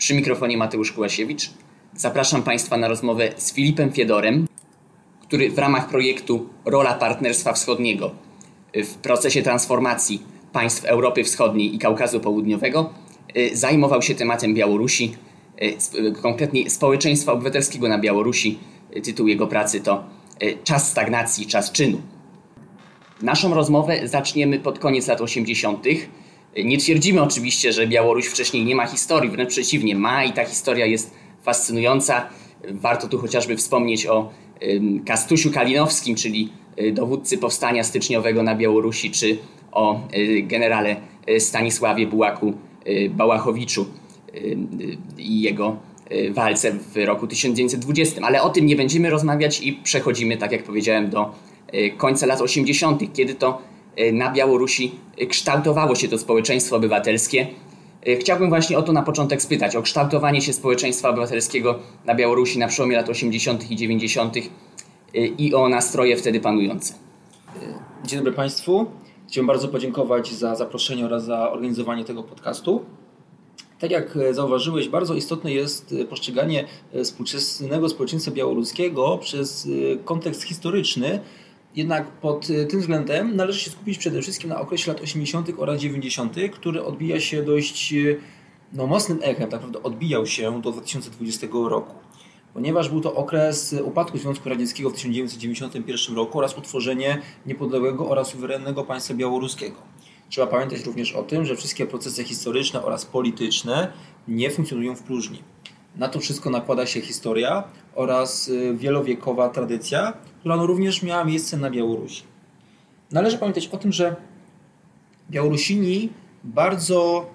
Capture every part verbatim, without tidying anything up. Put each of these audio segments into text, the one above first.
Przy mikrofonie Mateusz Kułasiewicz. Zapraszam Państwa na rozmowę z Filipem Fiedorem, który w ramach projektu Rola Partnerstwa Wschodniego w procesie transformacji państw Europy Wschodniej i Kaukazu Południowego zajmował się tematem Białorusi, konkretnie społeczeństwa obywatelskiego na Białorusi. Tytuł jego pracy to Czas stagnacji, czas czynu. Naszą rozmowę zaczniemy pod koniec lat osiemdziesiątych. Nie twierdzimy oczywiście, że Białoruś wcześniej nie ma historii, wręcz przeciwnie, ma i ta historia jest fascynująca. Warto tu chociażby wspomnieć o Kastusiu Kalinowskim, czyli dowódcy powstania styczniowego na Białorusi, czy o generale Stanisławie Bułaku Bałachowiczu i jego walce w roku tysiąc dziewięćset dwudziestym. Ale o tym nie będziemy rozmawiać i przechodzimy, tak jak powiedziałem, do końca lat osiemdziesiątych, kiedy to na Białorusi kształtowało się to społeczeństwo obywatelskie. Chciałbym właśnie o to na początek spytać, o kształtowanie się społeczeństwa obywatelskiego na Białorusi na przełomie lat osiemdziesiątych i dziewięćdziesiątych i o nastroje wtedy panujące. Dzień dobry Państwu. Chciałbym bardzo podziękować za zaproszenie oraz za organizowanie tego podcastu. Tak jak zauważyłeś, bardzo istotne jest postrzeganie współczesnego społeczeństwa białoruskiego przez kontekst historyczny. Jednak pod tym względem należy się skupić przede wszystkim na okresie lat osiemdziesiątych oraz dziewięćdziesiątych, który odbija się dość no, mocnym echem, tak naprawdę odbijał się do dwa tysiące dwudziestego roku. Ponieważ był to okres upadku Związku Radzieckiego w tysiąc dziewięćset dziewięćdziesiątym pierwszym roku oraz utworzenie niepodległego oraz suwerennego państwa białoruskiego. Trzeba pamiętać również o tym, że wszystkie procesy historyczne oraz polityczne nie funkcjonują w próżni. Na to wszystko nakłada się historia oraz wielowiekowa tradycja, która no również miała miejsce na Białorusi. Należy pamiętać o tym, że Białorusini bardzo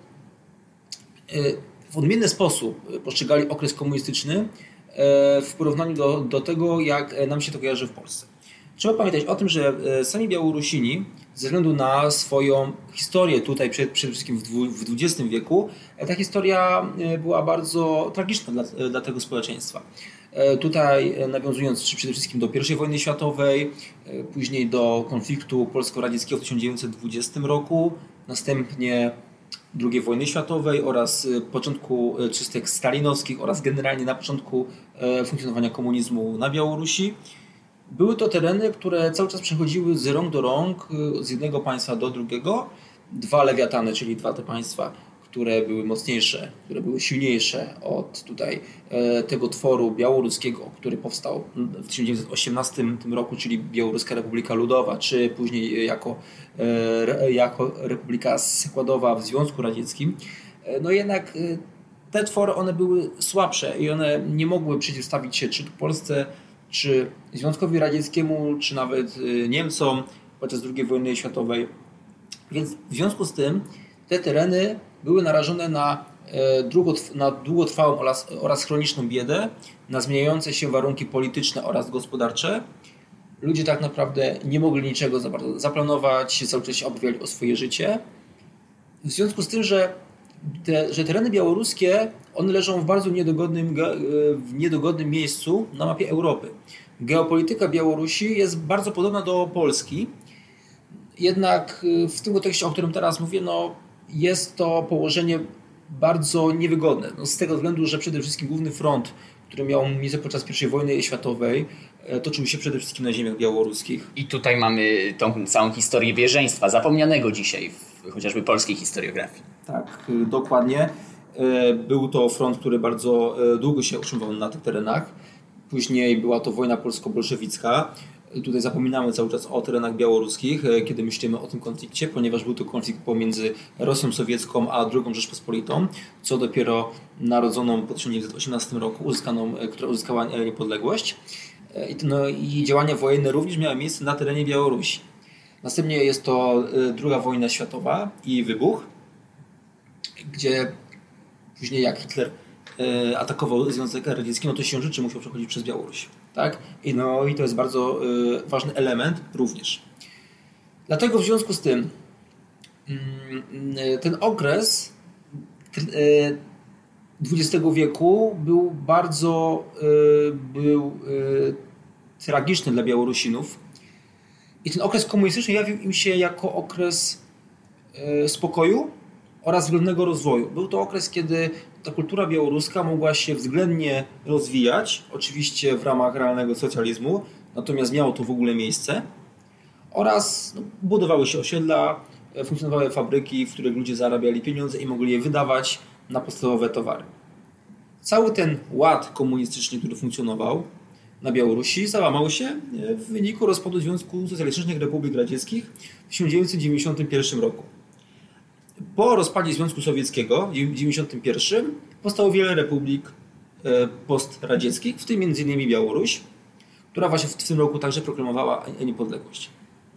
w odmienny sposób postrzegali okres komunistyczny w porównaniu do, do tego, jak nam się to kojarzy w Polsce. Trzeba pamiętać o tym, że sami Białorusini ze względu na swoją historię tutaj przed, przede wszystkim w dwudziestym wieku, ta historia była bardzo tragiczna dla, dla tego społeczeństwa. Tutaj nawiązując przede wszystkim do pierwszej wojny światowej, później do konfliktu polsko-radzieckiego w tysiąc dziewięćset dwudziestym roku, następnie drugiej wojny światowej oraz początku czystek stalinowskich oraz generalnie na początku funkcjonowania komunizmu na Białorusi. Były to tereny, które cały czas przechodziły z rąk do rąk, z jednego państwa do drugiego. Dwa lewiatany, czyli dwa te państwa, które były mocniejsze, które były silniejsze od tutaj tego tworu białoruskiego, który powstał w tysiąc dziewięćset osiemnastym roku, czyli Białoruska Republika Ludowa, czy później jako, jako Republika Składowa w Związku Radzieckim. No jednak te twory, one były słabsze i one nie mogły przeciwstawić się czy Polsce, czy Związkowi Radzieckiemu, czy nawet Niemcom podczas drugiej wojny światowej. Więc w związku z tym te tereny były narażone na, na długotrwałą oraz, oraz chroniczną biedę, na zmieniające się warunki polityczne oraz gospodarcze. Ludzie tak naprawdę nie mogli niczego za bardzo zaplanować, cały czas się obawiali o swoje życie. W związku z tym, że, te, że tereny białoruskie, one leżą w bardzo niedogodnym, w niedogodnym miejscu na mapie Europy. Geopolityka Białorusi jest bardzo podobna do Polski, jednak w tym kontekście, o którym teraz mówię, no, jest to położenie bardzo niewygodne. No, z tego względu, że przede wszystkim główny front, który miał miejsce podczas pierwszej wojny światowej, toczył się przede wszystkim na ziemiach białoruskich. I tutaj mamy tą całą historię bieżeństwa, zapomnianego dzisiaj w chociażby polskiej historiografii. Tak, dokładnie. Był to front, który bardzo długo się utrzymywał na tych terenach. Później była to wojna polsko-bolszewicka. Tutaj zapominamy cały czas o terenach białoruskich, kiedy myślimy o tym konflikcie, ponieważ był to konflikt pomiędzy Rosją Sowiecką a drugą Rzeczpospolitą, co dopiero narodzoną po tysiąc dziewięćset osiemnastym roku, uzyskaną, która uzyskała niepodległość. No i działania wojenne również miały miejsce na terenie Białorusi. Następnie jest to druga wojna światowa i wybuch, gdzie później jak Hitler atakował Związek Radziecki, no to siłą rzeczy musiał przechodzić przez Białoruś. Tak? I, no, I to jest bardzo y, ważny element również. Dlatego w związku z tym y, ten okres y, dwudziestego wieku był bardzo y, był y, tragiczny dla Białorusinów. I ten okres komunistyczny jawił im się jako okres y, spokoju oraz względnego rozwoju. Był to okres, kiedy ta kultura białoruska mogła się względnie rozwijać, oczywiście w ramach realnego socjalizmu, natomiast miało to w ogóle miejsce, oraz no, budowały się osiedla, funkcjonowały fabryki, w których ludzie zarabiali pieniądze i mogli je wydawać na podstawowe towary. Cały ten ład komunistyczny, który funkcjonował na Białorusi, załamał się w wyniku rozpadu Związku Socjalistycznych Republik Radzieckich w tysiąc dziewięćset dziewięćdziesiątym pierwszym roku. Po rozpadzie Związku Sowieckiego w tysiąc dziewięćset dziewięćdziesiątym pierwszym powstało wiele republik postradzieckich, w tym między innymi Białoruś, która właśnie w tym roku także proklamowała niepodległość.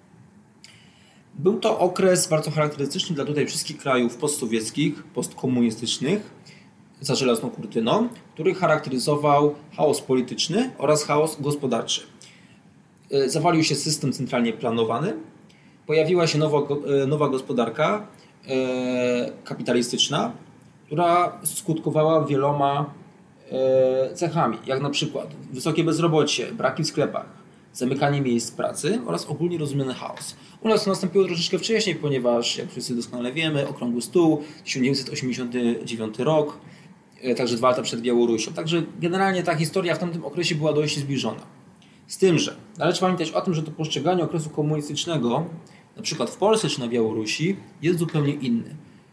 Był to okres bardzo charakterystyczny dla tutaj wszystkich krajów postsowieckich, postkomunistycznych, za żelazną kurtyną, który charakteryzował chaos polityczny oraz chaos gospodarczy. Zawalił się system centralnie planowany, pojawiła się nowa, nowa gospodarka e, kapitalistyczna, która skutkowała wieloma e, cechami, jak na przykład wysokie bezrobocie, braki w sklepach, zamykanie miejsc pracy oraz ogólnie rozumiany chaos. U nas to nastąpiło troszeczkę wcześniej, ponieważ, jak wszyscy doskonale wiemy, okrągły stół, tysiąc dziewięćset osiemdziesiąty dziewiąty rok, także dwa lata przed Białorusią. Także generalnie ta historia w tamtym okresie była dość zbliżona. Z tym, że należy pamiętać o tym, że to postrzeganie okresu komunistycznego, na przykład w Polsce czy na Białorusi, jest zupełnie inny.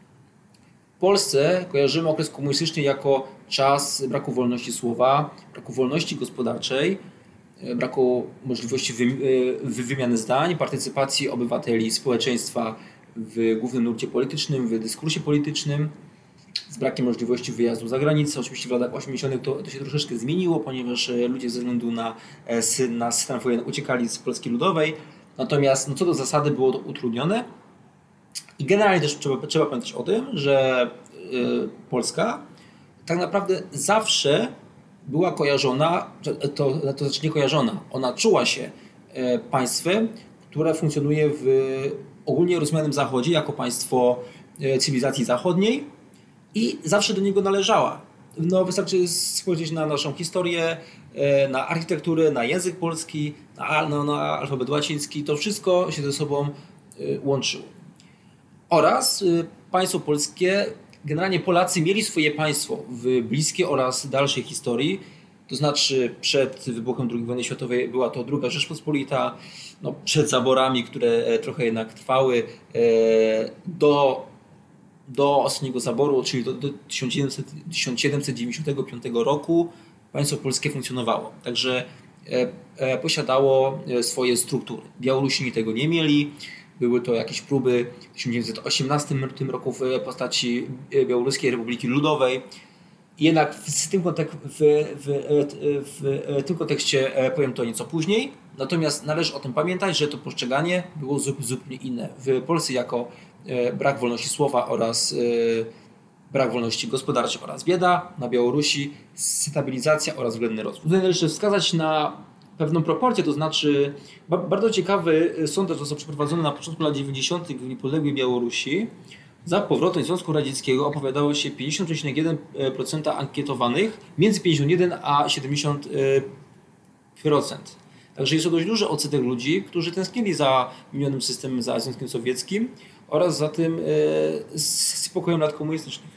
W Polsce kojarzymy okres komunistyczny jako czas braku wolności słowa, braku wolności gospodarczej, braku możliwości wymiany zdań, partycypacji obywateli, społeczeństwa w głównym nurcie politycznym, w dyskursie politycznym, z brakiem możliwości wyjazdu za granicę. Oczywiście w latach osiemdziesiątych to, to się troszeczkę zmieniło, ponieważ ludzie ze względu na, na stan wojenny uciekali z Polski Ludowej. Natomiast no, co do zasady było to utrudnione. I generalnie też trzeba, trzeba pamiętać o tym, że y, Polska tak naprawdę zawsze była kojarzona, to, to znaczy nie kojarzona, ona czuła się y, państwem, które funkcjonuje w ogólnie rozumianym Zachodzie jako państwo y, cywilizacji zachodniej i zawsze do niego należała. No, wystarczy spojrzeć na naszą historię, na architekturę, na język polski, na, na, na alfabet łaciński. To wszystko się ze sobą łączyło. Oraz państwo polskie, generalnie Polacy mieli swoje państwo w bliskiej oraz dalszej historii. To znaczy przed wybuchem drugiej wojny światowej była to druga Rzeczpospolita, no, przed zaborami, które trochę jednak trwały, do do ostatniego zaboru, czyli do, do tysiąc siedemset dziewięćdziesiątego piątego roku państwo polskie funkcjonowało. Także e, e, posiadało swoje struktury. Białorusini tego nie mieli. Były to jakieś próby w tysiąc dziewięćset osiemnastym roku w postaci Białoruskiej Republiki Ludowej. Jednak w tym, kontek- w, w, w, w tym kontekście powiem to nieco później. Natomiast należy o tym pamiętać, że to postrzeganie było zupełnie inne. W Polsce jako brak wolności słowa oraz brak wolności gospodarczej oraz bieda, na Białorusi stabilizacja oraz względny rozwój. Tutaj należy wskazać na pewną proporcję, to znaczy bardzo ciekawy sondaż został przeprowadzony na początku lat dziewięćdziesiątych w niepodległej Białorusi. Za powrotem Związku Radzieckiego opowiadało się pięćdziesiąt przecinek jeden procent ankietowanych, między pięćdziesiąt jeden a siedemdziesiąt procent. Także jest to dość duży odsetek ludzi, którzy tęsknili za minionym systemem, za Związkiem Sowieckim oraz za tym e, spokojem lat komunistycznych.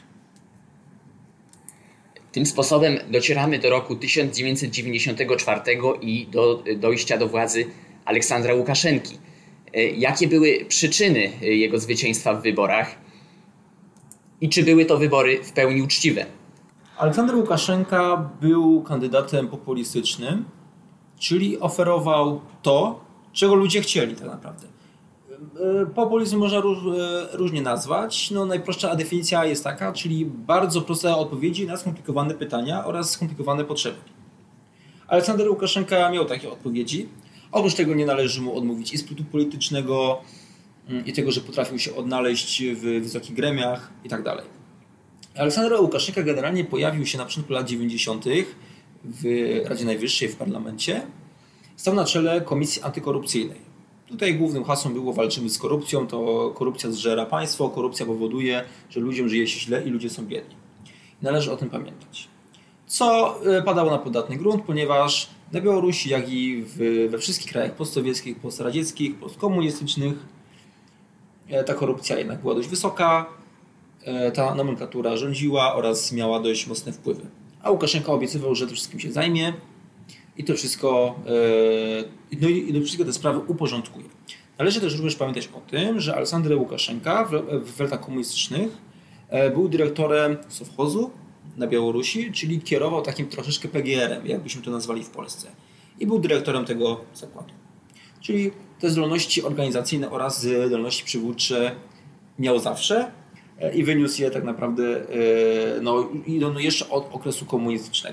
Tym sposobem docieramy do roku tysiąc dziewięćset dziewięćdziesiątego czwartego i do dojścia do władzy Aleksandra Łukaszenki. Jakie były przyczyny jego zwycięstwa w wyborach i czy były to wybory w pełni uczciwe? Aleksander Łukaszenka był kandydatem populistycznym, czyli oferował to, czego ludzie chcieli tak naprawdę. Populizm można róż, różnie nazwać. No, najprostsza definicja jest taka, czyli bardzo proste odpowiedzi na skomplikowane pytania oraz skomplikowane potrzeby. Aleksander Łukaszenka miał takie odpowiedzi. Oprócz tego nie należy mu odmówić i sprytu politycznego, i tego, że potrafił się odnaleźć w wysokich gremiach i tak dalej. Aleksander Łukaszenka generalnie pojawił się na początku lat dziewięćdziesiątych w Radzie Najwyższej, w parlamencie. Stał na czele Komisji Antykorupcyjnej. Tutaj głównym hasłem było walczymy z korupcją, to korupcja zżera państwo, korupcja powoduje, że ludziom żyje się źle i ludzie są biedni. Należy o tym pamiętać. Co padało na podatny grunt, ponieważ na Białorusi, jak i w, we wszystkich krajach postsowieckich, postradzieckich, postkomunistycznych ta korupcja jednak była dość wysoka ta nomenklatura rządziła oraz miała dość mocne wpływy. A Łukaszenka obiecywał, że to wszystkim się zajmie i to wszystko, no i to wszystko te sprawy uporządkuje. Należy też również pamiętać o tym, że Aleksander Łukaszenka w, w latach komunistycznych był dyrektorem sowchozu na Białorusi, czyli kierował takim troszeczkę P G R em, jakbyśmy to nazwali w Polsce. I był dyrektorem tego zakładu. Czyli te zdolności organizacyjne oraz zdolności przywódcze miał zawsze i wyniósł je tak naprawdę no, no jeszcze od okresu komunistycznego.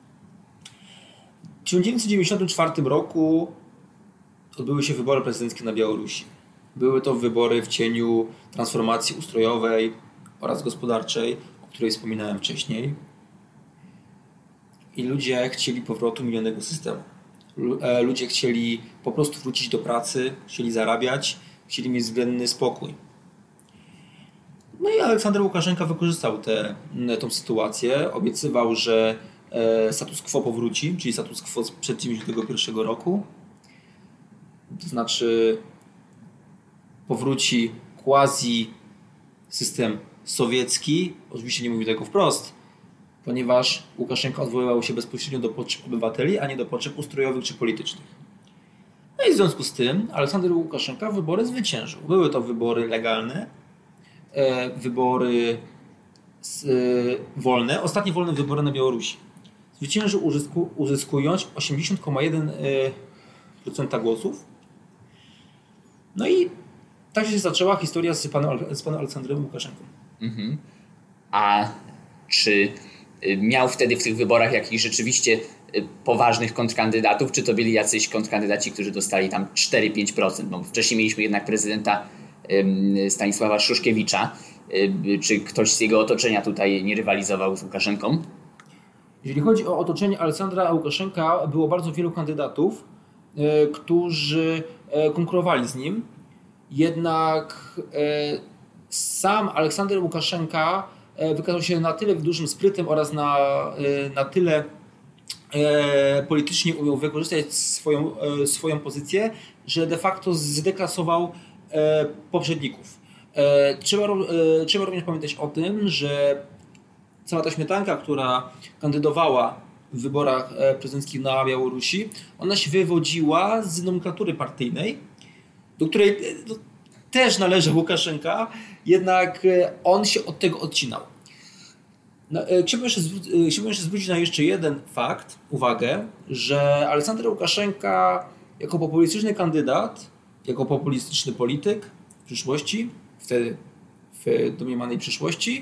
W tysiąc dziewięćset dziewięćdziesiątym czwartym roku odbyły się wybory prezydenckie na Białorusi. Były to wybory w cieniu transformacji ustrojowej oraz gospodarczej, o której wspominałem wcześniej. I ludzie chcieli powrotu minionego systemu. Ludzie chcieli po prostu wrócić do pracy, chcieli zarabiać, chcieli mieć względny spokój. No i Aleksander Łukaszenka wykorzystał tę tą sytuację. Obiecywał, że status quo powróci, czyli status quo sprzed dziewięćdziesiątego pierwszego roku. To znaczy powróci quasi system sowiecki. Oczywiście nie mówi tego wprost, ponieważ Łukaszenka odwoływał się bezpośrednio do potrzeb obywateli, a nie do potrzeb ustrojowych czy politycznych. No i w związku z tym Aleksander Łukaszenka wybory zwyciężył. Były to wybory legalne, wybory wolne, ostatnie wolne wybory na Białorusi. Zwyciężył uzysku, uzyskując osiemdziesiąt przecinek jeden procent głosów. No i tak się zaczęła historia z panem, z panem Aleksandrem Łukaszenką. Mhm. A czy miał wtedy w tych wyborach jakichś rzeczywiście poważnych kontrkandydatów, czy to byli jacyś kontrkandydaci, którzy dostali tam cztery do pięciu procent? Bo wcześniej mieliśmy jednak prezydenta Stanisława Szuszkiewicza. Czy ktoś z jego otoczenia tutaj nie rywalizował z Łukaszenką? Jeżeli chodzi o otoczenie Aleksandra Łukaszenka, było bardzo wielu kandydatów, którzy konkurowali z nim. Jednak sam Aleksander Łukaszenka wykazał się na tyle dużym sprytem oraz na, na tyle politycznie umiał wykorzystać swoją, swoją pozycję, że de facto zdeklasował poprzedników. Trzeba, trzeba również pamiętać o tym, że cała ta śmietanka, która kandydowała w wyborach prezydenckich na Białorusi, ona się wywodziła z nomenklatury partyjnej, do której też należał Łukaszenka, jednak on się od tego odcinał. No, chciałbym, jeszcze zwró- chciałbym jeszcze zwrócić na jeszcze jeden fakt, uwagę, że Aleksander Łukaszenka jako populistyczny kandydat, jako populistyczny polityk w przyszłości, wtedy w domniemanej przyszłości,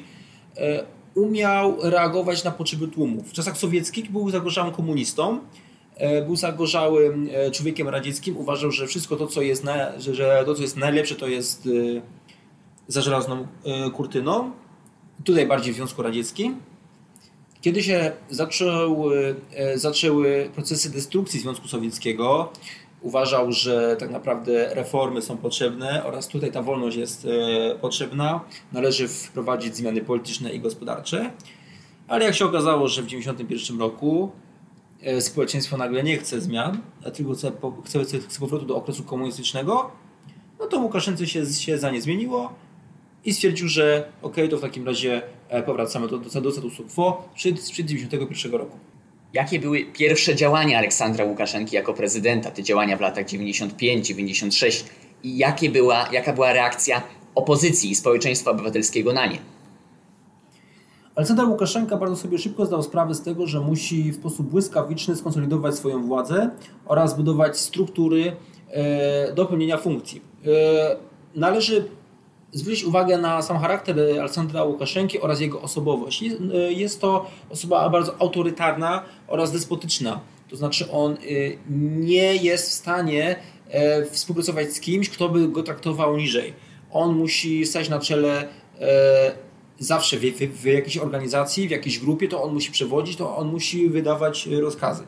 umiał reagować na potrzeby tłumu. W czasach sowieckich był zagorzałym komunistą, był zagorzałym człowiekiem radzieckim, uważał, że wszystko to, co jest, na, że, że to, co jest najlepsze, to jest za żelazną kurtyną. Tutaj bardziej w Związku Radzieckim. Kiedy się zaczął, zaczęły procesy destrukcji Związku Sowieckiego, uważał, że tak naprawdę reformy są potrzebne oraz tutaj ta wolność jest potrzebna. Należy wprowadzić zmiany polityczne i gospodarcze. Ale jak się okazało, że w tysiąc dziewięćset dziewięćdziesiątym pierwszym roku społeczeństwo nagle nie chce zmian, a tylko chce, chce, chce powrotu do okresu komunistycznego, no to Łukaszence się, się za nie zmieniło i stwierdził, że ok, to w takim razie powracamy do, do, do statusu quo sprzed tysiąc dziewięćset dziewięćdziesiątego pierwszego roku. Jakie były pierwsze działania Aleksandra Łukaszenki jako prezydenta, te działania w latach dziewięćdziesiąt pięć dziewięćdziesiąt sześć i jakie była, jaka była reakcja opozycji i społeczeństwa obywatelskiego na nie? Aleksander Łukaszenka bardzo sobie szybko zdał sprawę z tego, że musi w sposób błyskawiczny skonsolidować swoją władzę oraz budować struktury e, do pełnienia funkcji. E, należy zwrócić uwagę na sam charakter Aleksandra Łukaszenki oraz jego osobowość. Jest to osoba bardzo autorytarna oraz despotyczna. To znaczy on nie jest w stanie współpracować z kimś, kto by go traktował niżej. On musi stać na czele zawsze w, w, w jakiejś organizacji, w jakiejś grupie, to on musi przewodzić, to on musi wydawać rozkazy.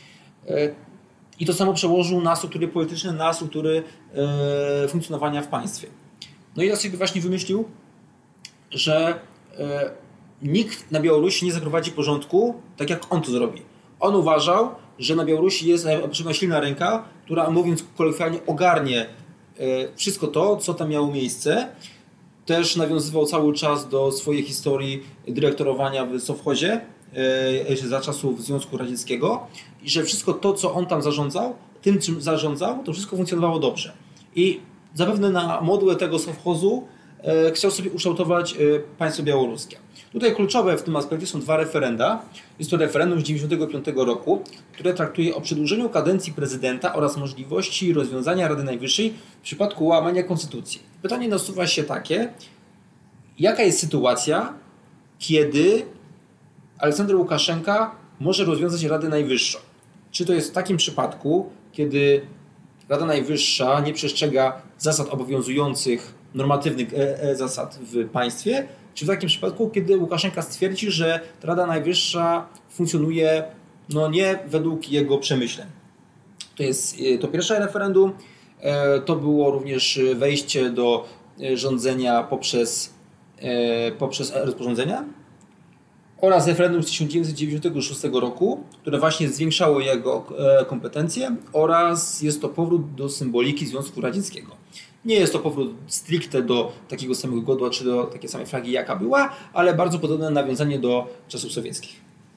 I to samo przełożył na struktury polityczne, na struktury funkcjonowania w państwie. No i ja sobie właśnie wymyślił, że e, nikt na Białorusi nie zaprowadzi porządku tak, jak on to zrobi. On uważał, że na Białorusi jest potrzebna silna ręka, która, mówiąc kolokwialnie, ogarnie e, wszystko to, co tam miało miejsce też nawiązywał cały czas do swojej historii dyrektorowania w Sowchozie jeszcze za czasów Związku Radzieckiego i że wszystko to, co on tam zarządzał, tym czym zarządzał, to wszystko funkcjonowało dobrze. I zapewne na modłę tego Sowchozu e, chciał sobie ukształtować e, państwo białoruskie. Tutaj kluczowe w tym aspekcie są dwa referenda. Jest to referendum z tysiąc dziewięćset dziewięćdziesiątego piątego roku, które traktuje o przedłużeniu kadencji prezydenta oraz możliwości rozwiązania Rady Najwyższej w przypadku łamania konstytucji. Pytanie nasuwa się takie, jaka jest sytuacja, kiedy Aleksander Łukaszenka może rozwiązać Radę Najwyższą? Czy to jest w takim przypadku, kiedy Rada Najwyższa nie przestrzega zasad obowiązujących, normatywnych e, e, zasad w państwie, czy w takim przypadku, kiedy Łukaszenka stwierdzi, że ta Rada Najwyższa funkcjonuje no, nie według jego przemyśleń? To jest to pierwsze referendum. E, to było również wejście do rządzenia poprzez, e, poprzez rozporządzenia. Oraz referendum z tysiąc dziewięćset dziewięćdziesiątego szóstego roku, które właśnie zwiększało jego kompetencje oraz jest to powrót do symboliki Związku Radzieckiego. Nie jest to powrót stricte do takiego samego godła czy do takiej samej flagi jaka była, ale bardzo podobne nawiązanie do czasów sowieckich.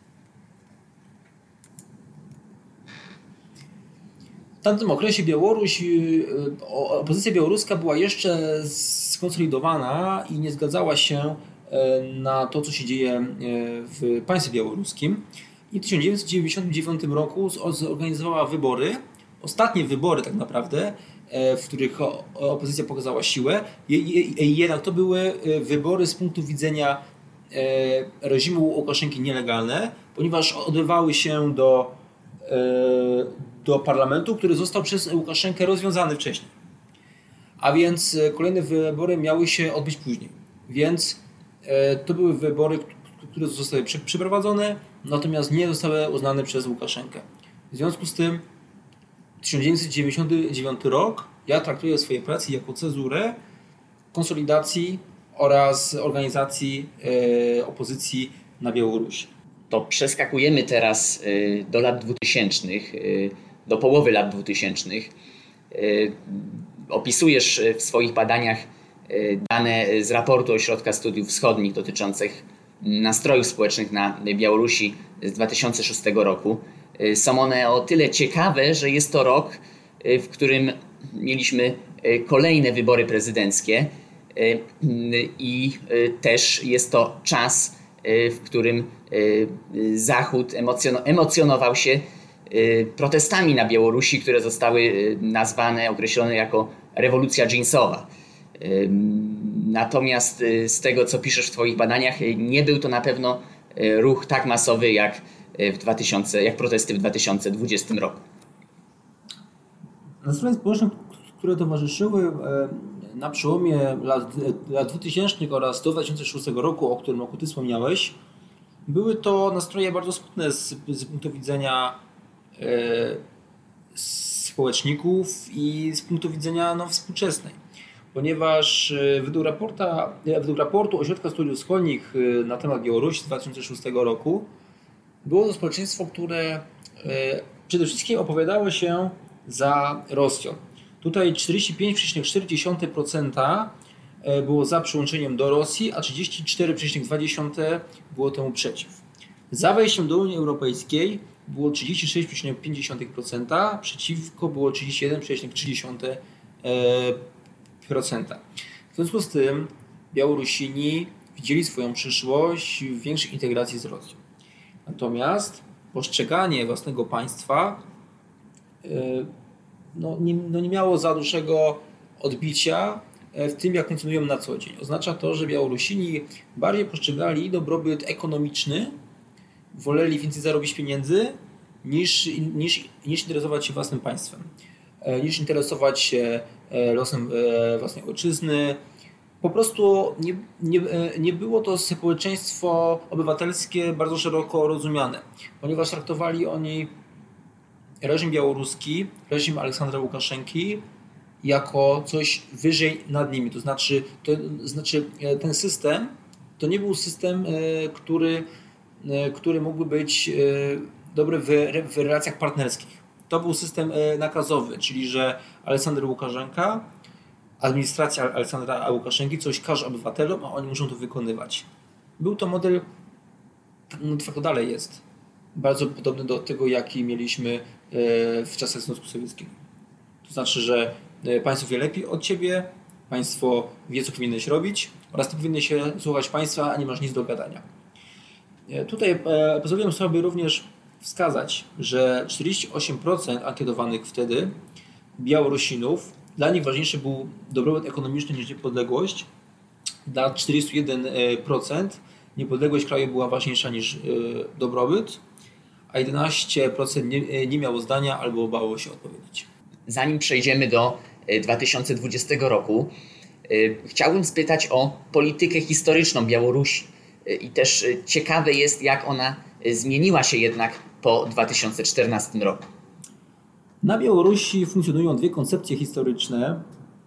W tamtym okresie Białoruś, opozycja białoruska była jeszcze skonsolidowana i nie zgadzała się na to, co się dzieje w państwie białoruskim. I w tysiąc dziewięćset dziewięćdziesiątym dziewiątym roku zorganizowała wybory, ostatnie wybory tak naprawdę, w których opozycja pokazała siłę. Jednak to były wybory z punktu widzenia reżimu Łukaszenki nielegalne, ponieważ odbywały się do, do parlamentu, który został przez Łukaszenkę rozwiązany wcześniej. A więc kolejne wybory miały się odbyć później. Więc to były wybory, które zostały przeprowadzone, natomiast nie zostały uznane przez Łukaszenkę. W związku z tym tysiąc dziewięćset dziewięćdziesiąty dziewiąty rok ja traktuję swoje pracy jako cezurę konsolidacji oraz organizacji e, opozycji na Białorusi. To przeskakujemy teraz do lat dwutysięcznych, do połowy lat dwutysięcznych. Opisujesz w swoich badaniach dane z raportu Ośrodka Studiów Wschodnich dotyczących nastrojów społecznych na Białorusi z dwa tysiące szóstego roku. Są one o tyle ciekawe, że jest to rok, w którym mieliśmy kolejne wybory prezydenckie i też jest to czas, w którym Zachód emocjonował się protestami na Białorusi, które zostały nazwane, określone jako rewolucja dżinsowa. Natomiast z tego, co piszesz w Twoich badaniach, nie był to na pewno ruch tak masowy jak, w dwa tysiące, jak protesty w dwa tysiące dwudziestym roku. Nastroje społeczne, które towarzyszyły na przełomie lat, lat dwutysięcznych oraz do dwa tysiące szóstego roku, o którym roku Ty wspomniałeś, były to nastroje bardzo smutne z, z punktu widzenia e, społeczników i z punktu widzenia no, współczesnej. Ponieważ według, raporta, według raportu Ośrodka Studiów Wschodnich na temat Białorusi z dwa tysiące szóstego roku było to społeczeństwo, które przede wszystkim opowiadało się za Rosją. Tutaj czterdzieści pięć przecinek cztery procent było za przyłączeniem do Rosji, a trzydzieści cztery przecinek dwa procent było temu przeciw. Za wejściem do Unii Europejskiej było trzydzieści sześć przecinek pięć procent, przeciwko było trzydzieści jeden przecinek trzy procent. W związku z tym Białorusini widzieli swoją przyszłość w większej integracji z Rosją. Natomiast postrzeganie własnego państwa no, nie, no nie miało za dużego odbicia w tym, jak funkcjonują na co dzień. Oznacza to, że Białorusini bardziej postrzegali dobrobyt ekonomiczny, woleli więcej zarobić pieniędzy, niż, niż, niż interesować się własnym państwem, niż interesować się losem własnej ojczyzny. Po prostu nie, nie, nie było to społeczeństwo obywatelskie bardzo szeroko rozumiane, ponieważ traktowali oni reżim białoruski, reżim Aleksandra Łukaszenki jako coś wyżej nad nimi. To znaczy, to znaczy ten system to nie był system, który, który mógłby być dobry w, w relacjach partnerskich. To był system nakazowy, czyli że Aleksander Łukaszenka administracja Aleksandra Łukaszenki coś każe obywatelom, a oni muszą to wykonywać. Był to model, no de facto dalej jest, bardzo podobny do tego, jaki mieliśmy w czasach Związku Sowieckiego. To znaczy, że państwo wie lepiej od ciebie, państwo wie, co powinieneś robić oraz ty powinieneś się słuchać państwa, a nie masz nic do gadania. Tutaj pozwoliłem sobie również wskazać, że czterdzieści osiem procent ankietowanych wtedy Białorusinów, dla nich ważniejszy był dobrobyt ekonomiczny niż niepodległość. Dla czterdzieści jeden procent niepodległość kraju była ważniejsza niż dobrobyt, a jedenaście procent nie, nie miało zdania albo bało się odpowiedzieć. Zanim przejdziemy do dwa tysiące dwudziestego roku, chciałbym spytać o politykę historyczną Białorusi. I też ciekawe jest, jak ona zmieniła się jednak po dwa tysiące czternastym roku. Na Białorusi funkcjonują dwie koncepcje historyczne,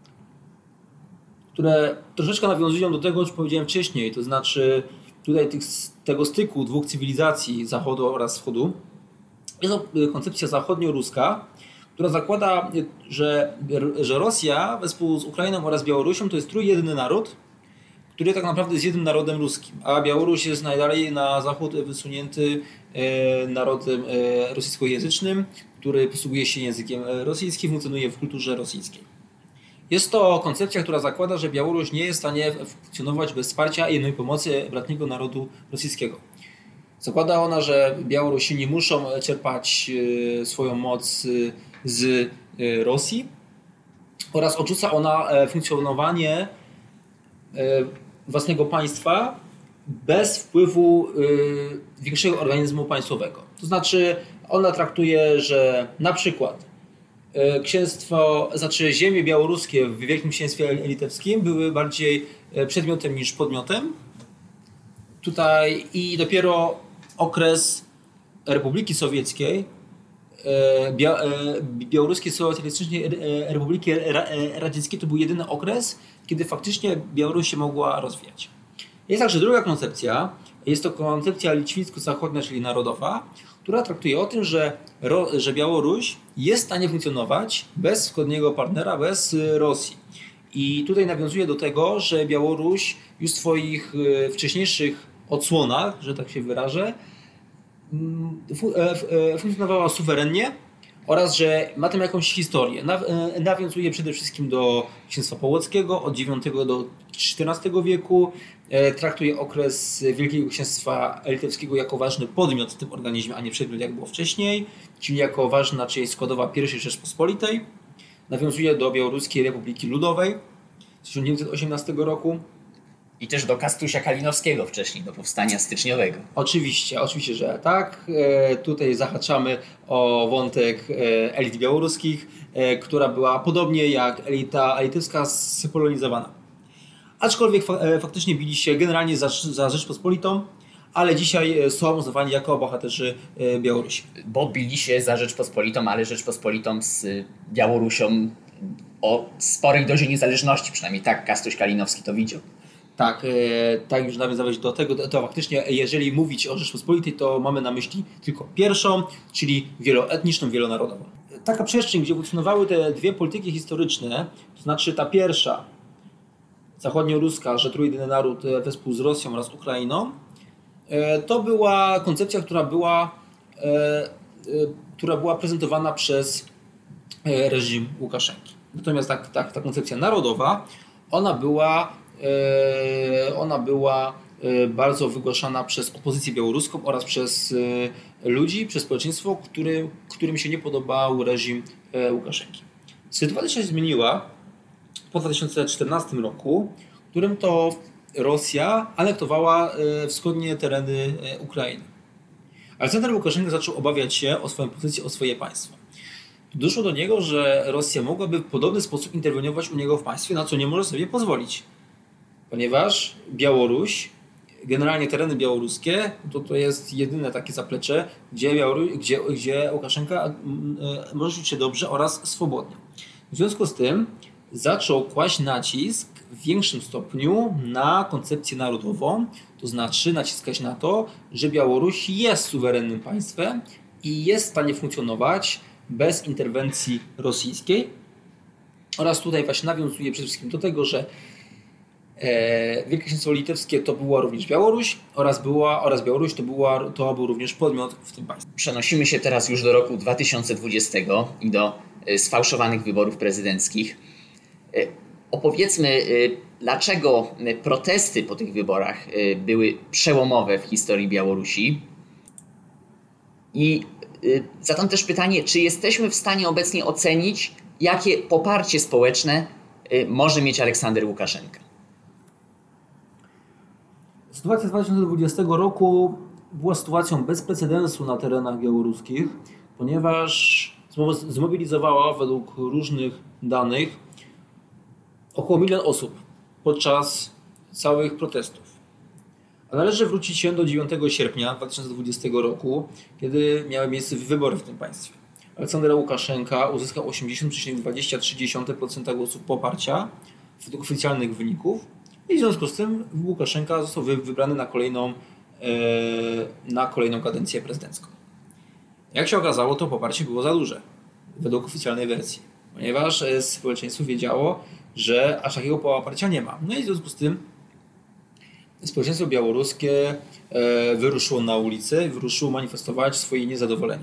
które troszeczkę nawiązują do tego, co powiedziałem wcześniej. To znaczy tutaj tych, tego styku dwóch cywilizacji, Zachodu oraz Wschodu. Jest to koncepcja zachodnio-ruska, która zakłada, że, że Rosja wespół z Ukrainą oraz Białorusią to jest trójjedyny naród, który tak naprawdę jest jednym narodem ruskim, a Białoruś jest najdalej na zachód wysunięty e, narodem e, rosyjskojęzycznym, który posługuje się językiem rosyjskim, funkcjonuje w kulturze rosyjskiej. Jest to koncepcja, która zakłada, że Białoruś nie jest w stanie funkcjonować bez wsparcia i jednej pomocy bratniego narodu rosyjskiego. Zakłada ona, że Białorusini muszą czerpać e, swoją moc z e, Rosji oraz odrzuca ona e, funkcjonowanie e, własnego państwa bez wpływu y, większego organizmu państwowego. To znaczy ona traktuje, że na przykład y, księstwo, znaczy ziemie białoruskie w Wielkim Księstwie Litewskim były bardziej przedmiotem niż podmiotem. Tutaj i dopiero okres Republiki Sowieckiej, y, Bia, y, Białoruskiej Socjalistycznej Republiki Radzieckiej to był jedyny okres, kiedy faktycznie Białoruś się mogła rozwijać. Jest także druga koncepcja, jest to koncepcja lićwińsko-zachodnia, czyli narodowa, która traktuje o tym, że, Ro, że Białoruś jest w stanie funkcjonować bez wschodniego partnera, bez Rosji. I tutaj nawiązuje do tego, że Białoruś już w swoich wcześniejszych odsłonach, że tak się wyrażę, funkcjonowała suwerennie oraz, że ma tam jakąś historię. Nawiązuje przede wszystkim do księstwa połockiego od dziewiątego do czternastego wieku. Traktuje okres Wielkiego Księstwa Litewskiego jako ważny podmiot w tym organizmie, a nie przedmiot, jak było wcześniej, czyli jako ważna część składowa pierwszej Rzeczpospolitej. Nawiązuje do Białoruskiej Republiki Ludowej z tysiąc dziewięćset osiemnastego roku. I też do Kastusia Kalinowskiego wcześniej, do powstania styczniowego. Oczywiście, oczywiście, że tak. Tutaj zahaczamy o wątek elit białoruskich, która była podobnie jak elita litewska spolonizowana. Aczkolwiek faktycznie bili się generalnie za, za Rzeczpospolitą, ale dzisiaj są uznawani jako bohaterzy Białorusi. Bo bili się za Rzeczpospolitą, ale Rzeczpospolitą z Białorusią o sporej dozie niezależności, przynajmniej tak Kastuś Kalinowski to widział. Tak, tak już nawiązywać do tego, to, to faktycznie jeżeli mówić o Rzeczpospolitej, to mamy na myśli tylko pierwszą, czyli wieloetniczną, wielonarodową. Taka przestrzeń, gdzie funkcjonowały te dwie polityki historyczne, to znaczy ta pierwsza, zachodnio-ruska, że trójjedyny naród wespół z Rosją oraz Ukrainą, to była koncepcja, która była, która była prezentowana przez reżim Łukaszenki. Natomiast tak, tak, ta koncepcja narodowa, ona była Ona była bardzo wygłaszana przez opozycję białoruską oraz przez ludzi, przez społeczeństwo, który, którym się nie podobał reżim Łukaszenki. Sytuacja się zmieniła po dwa tysiące czternastym roku, w którym to Rosja anektowała wschodnie tereny Ukrainy. Aleksander Łukaszenka zaczął obawiać się o swoją pozycję, o swoje państwo. Doszło do niego, że Rosja mogłaby w podobny sposób interweniować u niego w państwie, na co nie może sobie pozwolić. Ponieważ Białoruś, generalnie tereny białoruskie, to, to jest jedyne takie zaplecze, gdzie, Białoruś, gdzie, gdzie Łukaszenka może czuć się dobrze oraz swobodnie. W związku z tym zaczął kłaść nacisk w większym stopniu na koncepcję narodową, to znaczy naciskać na to, że Białoruś jest suwerennym państwem i jest w stanie funkcjonować bez interwencji rosyjskiej. Oraz tutaj właśnie nawiązuje przede wszystkim do tego, że e, Wielkie Księstwo Litewskie to była również Białoruś oraz, była, oraz Białoruś to, była, to był również podmiot w tym państwie. Przenosimy się teraz już do roku dwa tysiące dwudziestego i do y, sfałszowanych wyborów prezydenckich. Y, opowiedzmy, y, dlaczego protesty po tych wyborach y, były przełomowe w historii Białorusi. I y, zadam też pytanie, czy jesteśmy w stanie obecnie ocenić, jakie poparcie społeczne y, może mieć Aleksander Łukaszenka? Sytuacja z dwa tysiące dwudziestego roku była sytuacją bez precedensu na terenach białoruskich, ponieważ zmobilizowała według różnych danych około milion osób podczas całych protestów. A należy wrócić się do dziewiątego sierpnia dwa tysiące dwudziestego roku, kiedy miały miejsce wybory w tym państwie. Aleksander Łukaszenka uzyskał osiemdziesiąt przecinek dwadzieścia trzy procent głosów poparcia według oficjalnych wyników i w związku z tym Łukaszenka został wybrany na kolejną, na kolejną kadencję prezydencką. Jak się okazało, to poparcie było za duże według oficjalnej wersji, ponieważ społeczeństwo wiedziało, że aż takiego poparcia nie ma. No i w związku z tym społeczeństwo białoruskie wyruszyło na ulicę, wyruszyło manifestować swoje niezadowolenie.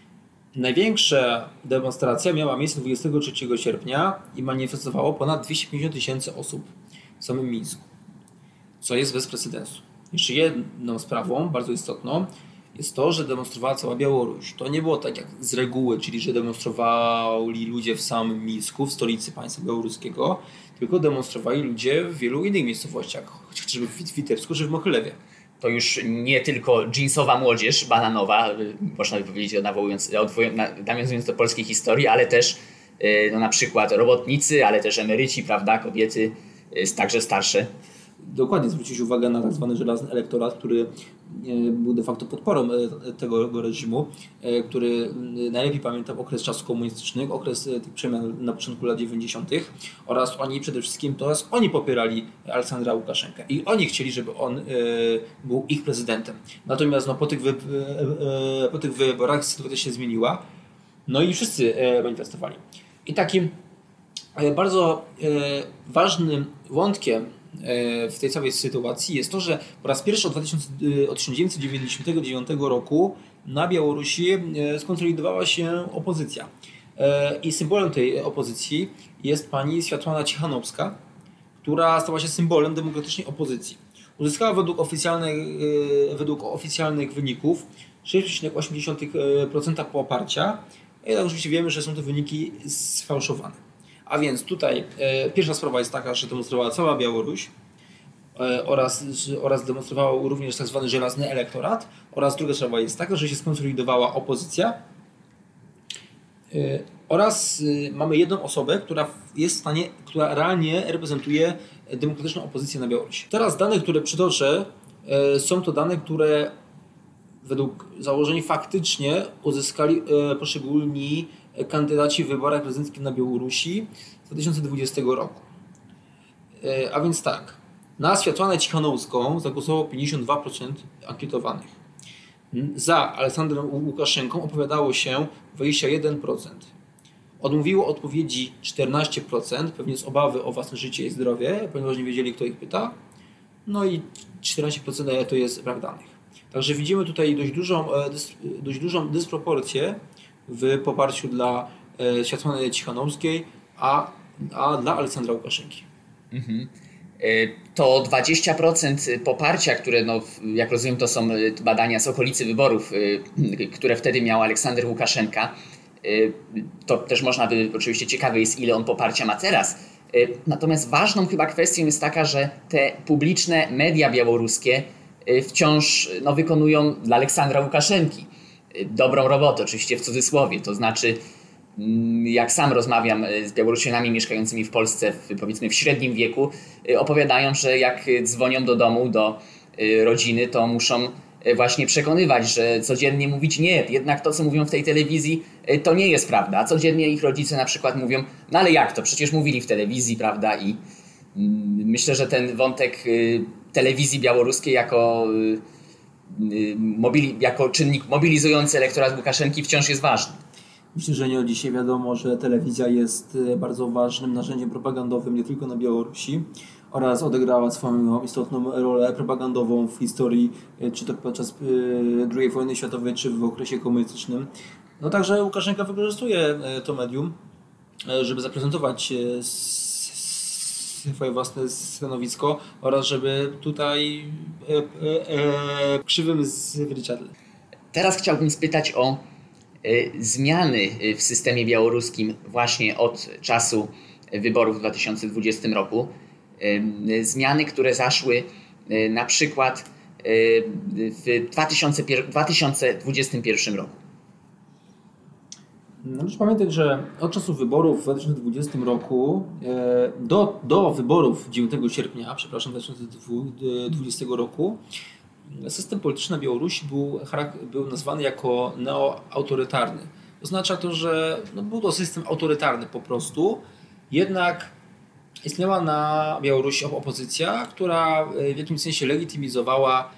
Największa demonstracja miała miejsce dwudziestego trzeciego sierpnia i manifestowało ponad dwieście pięćdziesiąt tysięcy osób w samym Mińsku, co jest bez precedensu. Jeszcze jedną sprawą bardzo istotną jest to, że demonstrowała cała Białoruś. To nie było tak jak z reguły, czyli że demonstrowali ludzie w samym Mińsku, w stolicy państwa białoruskiego, tylko demonstrowali ludzie w wielu innych miejscowościach, chociażby w Witebsku czy w Mochylewie. To już nie tylko dżinsowa młodzież bananowa, można by powiedzieć, nawołując, nawiązując do polskiej historii, ale też no, na przykład robotnicy, ale też emeryci, prawda, kobiety, także starsze. Dokładnie, zwrócić uwagę na tak zwany żelazny elektorat, który był de facto podporą tego reżimu, który najlepiej pamiętał okres czasów komunistycznych, okres tych przemian na początku lat dziewięćdziesiątych oraz oni przede wszystkim, to jest oni popierali Aleksandra Łukaszenkę i oni chcieli, żeby on był ich prezydentem. Natomiast no, po, tych wy, po tych wyborach sytuacja się zmieniła, no i wszyscy manifestowali. I takim bardzo ważnym wątkiem w tej całej sytuacji jest to, że po raz pierwszy od, od tysiąc dziewięćset dziewięćdziesiątego dziewiątego roku na Białorusi skonsolidowała się opozycja. I symbolem tej opozycji jest pani Światłana Cichanowska, która stała się symbolem demokratycznej opozycji. Uzyskała według oficjalnych, według oficjalnych wyników sześć przecinek osiem procent poparcia. I oczywiście wiemy, że są to wyniki sfałszowane. A więc tutaj e, pierwsza sprawa jest taka, że demonstrowała cała Białoruś e, oraz, oraz demonstrował również tak zwany żelazny elektorat, oraz druga sprawa jest taka, że się skonsolidowała opozycja e, oraz e, mamy jedną osobę, która jest w stanie, która realnie reprezentuje demokratyczną opozycję na Białorusi. Teraz dane, które przytoczę, e, są to dane, które według założeń faktycznie uzyskali e, poszczególni kandydaci w wyborach prezydenckich na Białorusi z dwa tysiące dwudziestego roku. E, a więc tak, na Światłanę Cichanowską zagłosowało pięćdziesiąt dwa procent ankietowanych. Za Aleksandrem Łukaszenką opowiadało się dwadzieścia jeden procent. Odmówiło odpowiedzi czternaście procent, pewnie z obawy o własne życie i zdrowie, ponieważ nie wiedzieli, kto ich pyta. No i czternaście procent to jest brak danych. Także widzimy tutaj dość dużą, dość dużą dysproporcję w poparciu dla Światłany Cichanowskiej, a, a dla Aleksandra Łukaszenki. Mhm. To dwadzieścia procent poparcia, które no, jak rozumiem to są badania z okolicy wyborów, które wtedy miał Aleksander Łukaszenka, to też można by, oczywiście ciekawe jest, ile on poparcia ma teraz. Natomiast ważną chyba kwestią jest taka, że te publiczne media białoruskie wciąż no, wykonują dla Aleksandra Łukaszenki dobrą robotę, oczywiście w cudzysłowie, to znaczy jak sam rozmawiam z Białorusinami mieszkającymi w Polsce w, powiedzmy w średnim wieku, opowiadają, że jak dzwonią do domu, do rodziny, to muszą właśnie przekonywać, że codziennie mówić nie, jednak to co mówią w tej telewizji to nie jest prawda, a codziennie ich rodzice na przykład mówią, no ale jak to, przecież mówili w telewizji, prawda, i myślę, że ten wątek telewizji białoruskiej jako, mobili, jako czynnik mobilizujący elektorat Łukaszenki wciąż jest ważny. Myślę, że nie od dzisiaj wiadomo, że telewizja jest bardzo ważnym narzędziem propagandowym nie tylko na Białorusi oraz odegrała swoją istotną rolę propagandową w historii, czy to podczas drugiej wojny światowej, czy w okresie komunistycznym. No także Łukaszenka wykorzystuje to medium, żeby zaprezentować swoje własne stanowisko oraz żeby tutaj e, e, e, krzywym zwierciadle. Teraz chciałbym spytać o y, zmiany w systemie białoruskim właśnie od czasu wyborów w dwa tysiące dwudziestym roku. Y, zmiany, które zaszły y, na przykład y, w dwa tysiące dwudziestym pierwszym roku. Należy pamiętać, że od czasu wyborów w dwa tysiące dwudziestym roku do, do wyborów dziewiątego sierpnia, przepraszam, dwa tysiące dwudziestego roku system polityczny na Białorusi był, był nazwany jako neoautorytarny. Oznacza to, że no, był to system autorytarny po prostu, jednak istniała na Białorusi opozycja, która w jakimś sensie legitymizowała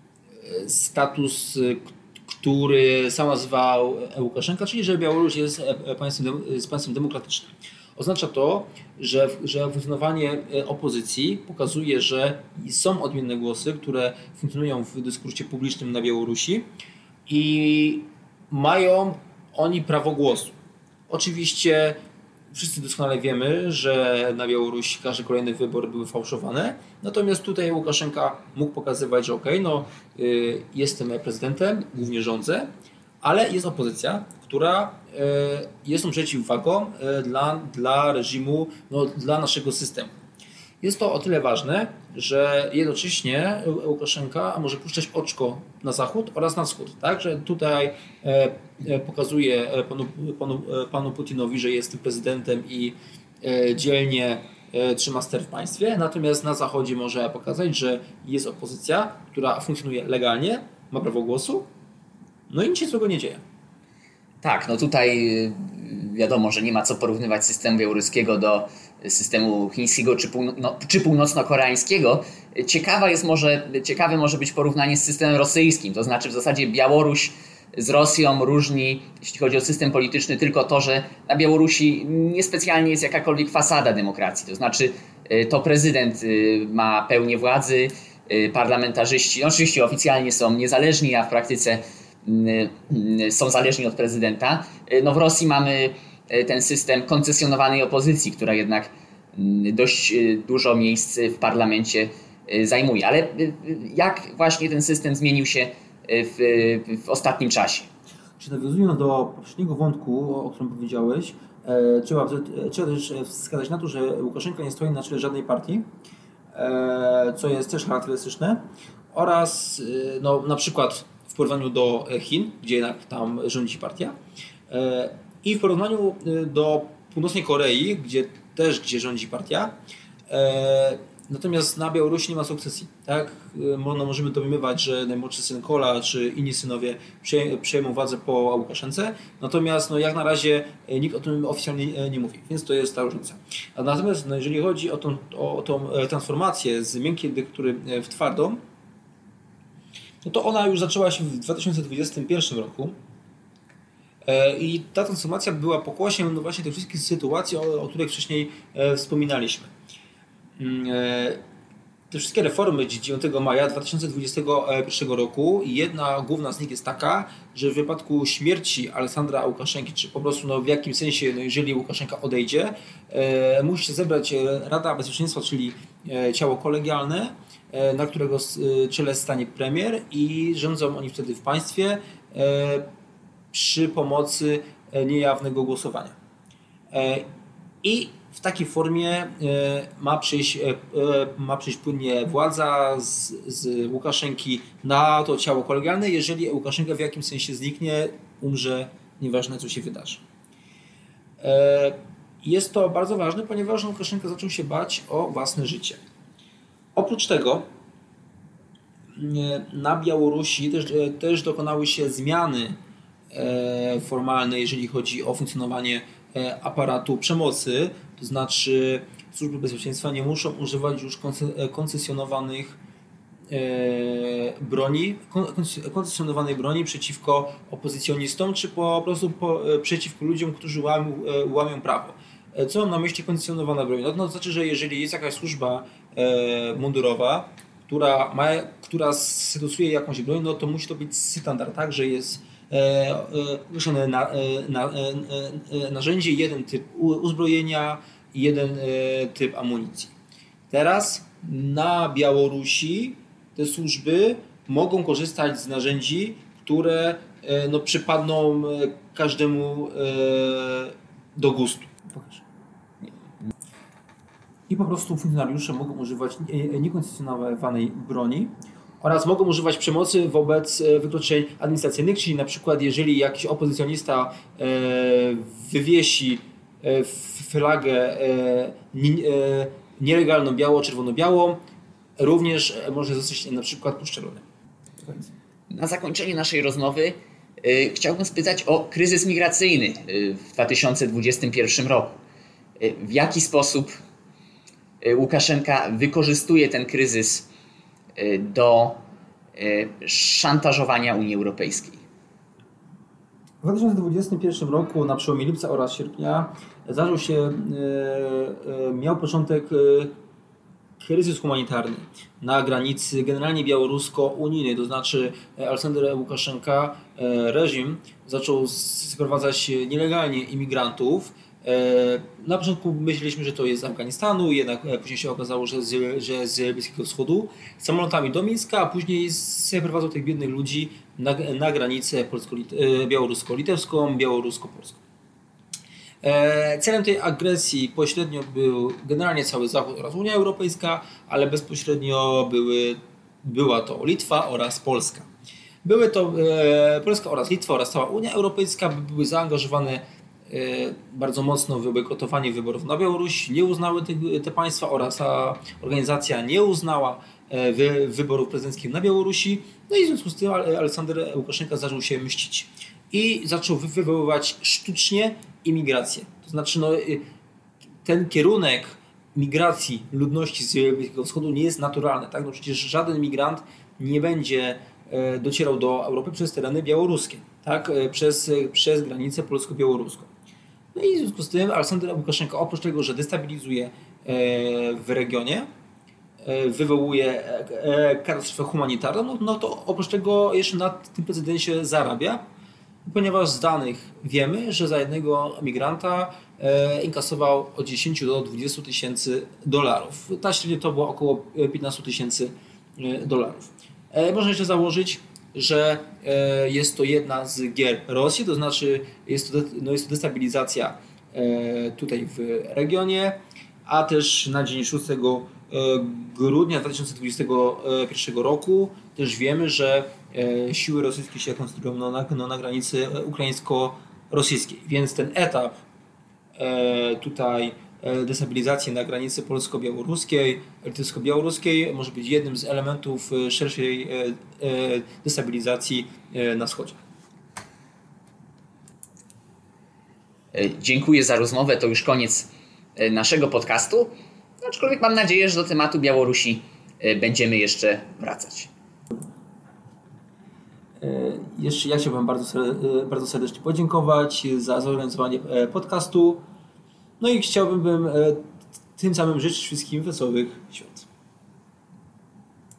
status, który sam nazywał Łukaszenka, czyli że Białoruś jest państwem, jest państwem demokratycznym. Oznacza to, że, że funkcjonowanie opozycji pokazuje, że są odmienne głosy, które funkcjonują w dyskursie publicznym na Białorusi i mają oni prawo głosu. Oczywiście wszyscy doskonale wiemy, że na Białorusi każde kolejne wybory były fałszowane, natomiast tutaj Łukaszenka mógł pokazywać, że okej, okay, no y, jestem prezydentem, głównie rządzę, ale jest opozycja, która y, jest przeciwwagą y, dla, dla reżimu, no, dla naszego systemu. Jest to o tyle ważne, że jednocześnie Łukaszenka może puszczać oczko na zachód oraz na wschód. Tak? Że tutaj e, pokazuje panu, panu, panu Putinowi, że jest prezydentem i e, dzielnie e, trzyma ster w państwie, natomiast na zachodzie może pokazać, że jest opozycja, która funkcjonuje legalnie, ma prawo głosu, no i nic się złego nie dzieje. Tak, no tutaj wiadomo, że nie ma co porównywać systemu białoruskiego do systemu chińskiego czy, półno, no, czy północno-koreańskiego. Ciekawa jest może, ciekawe może być porównanie z systemem rosyjskim, to znaczy w zasadzie Białoruś z Rosją różni, jeśli chodzi o system polityczny, tylko to, że na Białorusi niespecjalnie jest jakakolwiek fasada demokracji, to znaczy to prezydent ma pełnię władzy, parlamentarzyści, no oczywiście oficjalnie są niezależni, a w praktyce są zależni od prezydenta. No w Rosji mamy ten system koncesjonowanej opozycji, która jednak dość dużo miejsc w parlamencie zajmuje. Ale jak właśnie ten system zmienił się w, w ostatnim czasie? Czy nawiązując do poprzedniego wątku, o którym powiedziałeś, trzeba, trzeba też wskazać na to, że Łukaszenka nie stoi na czele żadnej partii, co jest też charakterystyczne, oraz no, na przykład w porównaniu do Chin, gdzie jednak tam rządzi partia, i w porównaniu do Północnej Korei, gdzie też gdzie rządzi partia. Natomiast na Białorusi nie ma sukcesji. Tak? No, możemy domniemywać, że najmłodszy syn Kola czy inni synowie przejmą władzę po Łukaszence, natomiast no, jak na razie nikt o tym oficjalnie nie mówi, więc to jest ta różnica. Natomiast no, jeżeli chodzi o tą, o tą transformację z miękkiej dyktury w twardą, no to ona już zaczęła się w dwa tysiące dwudziestym pierwszym roku i ta transformacja była pokłosiem no właśnie tych wszystkich sytuacji, o, o których wcześniej wspominaliśmy. Te wszystkie reformy dziewiątego maja dwa tysiące dwudziestego pierwszego roku, jedna główna z nich jest taka, że w wypadku śmierci Aleksandra Łukaszenki, czy po prostu no w jakimś sensie, no jeżeli Łukaszenka odejdzie, e, musi się zebrać Rada Bezpieczeństwa, czyli e, ciało kolegialne, e, na którego czele stanie premier i rządzą oni wtedy w państwie e, przy pomocy niejawnego głosowania. E, I w takiej formie ma przyjść, ma przyjść płynnie władza z, z Łukaszenki na to ciało kolegialne, jeżeli Łukaszenka w jakimś sensie zniknie, umrze, nieważne co się wydarzy. Jest to bardzo ważne, ponieważ Łukaszenka zaczął się bać o własne życie. Oprócz tego na Białorusi też, też dokonały się zmiany formalne, jeżeli chodzi o funkcjonowanie aparatu przemocy, to znaczy służby bezpieczeństwa nie muszą używać już koncesjonowanych broni, koncesyjnowanej broni przeciwko opozycjonistom, czy po prostu po, przeciwko ludziom, którzy łamią, łamią prawo. Co mam na myśli koncesyjnowana broń? No, no to znaczy, że jeżeli jest jakaś służba mundurowa, która, ma, która stosuje jakąś broń, no to musi to być standard, tak, że jest określone na, na, na, narzędzie, jeden typ uzbrojenia i jeden typ amunicji. Teraz na Białorusi te służby mogą korzystać z narzędzi, które no, przypadną każdemu do gustu. I po prostu funkcjonariusze mogą używać niekoncesyjnowanej broni oraz mogą używać przemocy wobec wykroczeń administracyjnych, czyli na przykład jeżeli jakiś opozycjonista wywiesi flagę nielegalną biało-czerwono-białą, również może zostać na przykład poszczelony. Na zakończenie naszej rozmowy y, chciałbym spytać o kryzys migracyjny y, w dwa tysiące dwudziestym pierwszym roku. Y, w jaki sposób y, Łukaszenka wykorzystuje ten kryzys y, do y, szantażowania Unii Europejskiej? W dwa tysiące dwudziestym pierwszym roku na przełomie lipca oraz sierpnia zaczął się, e, e, miał początek e, kryzys humanitarny na granicy generalnie białorusko-unijnej, to znaczy Aleksander Łukaszenka, e, reżim zaczął sprowadzać nielegalnie imigrantów. E, na początku myśleliśmy, że to jest z Afganistanu, jednak później się okazało, że z, że z Bliskiego Wschodu, samolotami do Mińska, a później sprowadzał tych biednych ludzi na, na granicę białorusko-litewską, białorusko-polską. E, celem tej agresji pośrednio był generalnie cały Zachód oraz Unia Europejska, ale bezpośrednio były, była to Litwa oraz Polska. Były to e, Polska oraz Litwa oraz cała Unia Europejska były zaangażowane e, bardzo mocno w bojkotowanie wyborów na Białorusi, nie uznały te, te państwa oraz ta organizacja nie uznała e, wy, wyborów prezydenckich na Białorusi. No i w związku z tym Aleksander Łukaszenka zaczął się mścić i zaczął wywoływać sztucznie imigrację. To znaczy no, ten kierunek migracji ludności z Bliskiego Wschodu nie jest naturalny. Tak? No przecież żaden migrant nie będzie docierał do Europy przez tereny białoruskie, tak? przez, przez granicę polsko-białoruską. No i w związku z tym Aleksander Łukaszenka oprócz tego, że destabilizuje w regionie, wywołuje katastrofę humanitarną, no, no to oprócz tego jeszcze na tym prezydencie zarabia, ponieważ z danych wiemy, że za jednego migranta e, inkasował od dziesięciu do dwudziestu tysięcy dolarów. Ta średnia to było około piętnaście tysięcy dolarów. E, można jeszcze założyć, że e, jest to jedna z gier Rosji, to znaczy jest to, no jest to destabilizacja e, tutaj w regionie, a też na dzień szóstego grudnia dwa tysiące dwudziestego pierwszego roku też wiemy, że siły rosyjskie się konstruują no, na, no, na granicy ukraińsko-rosyjskiej. Więc ten etap e, tutaj e, destabilizacji na granicy polsko-białoruskiej, litewsko-białoruskiej może być jednym z elementów szerszej e, e, destabilizacji e, na wschodzie. Dziękuję za rozmowę. To już koniec naszego podcastu. Aczkolwiek mam nadzieję, że do tematu Białorusi będziemy jeszcze wracać. Jeszcze ja chciałbym bardzo, bardzo serdecznie podziękować za zorganizowanie podcastu. No i chciałbym tym samym życzyć wszystkim wesołych świąt.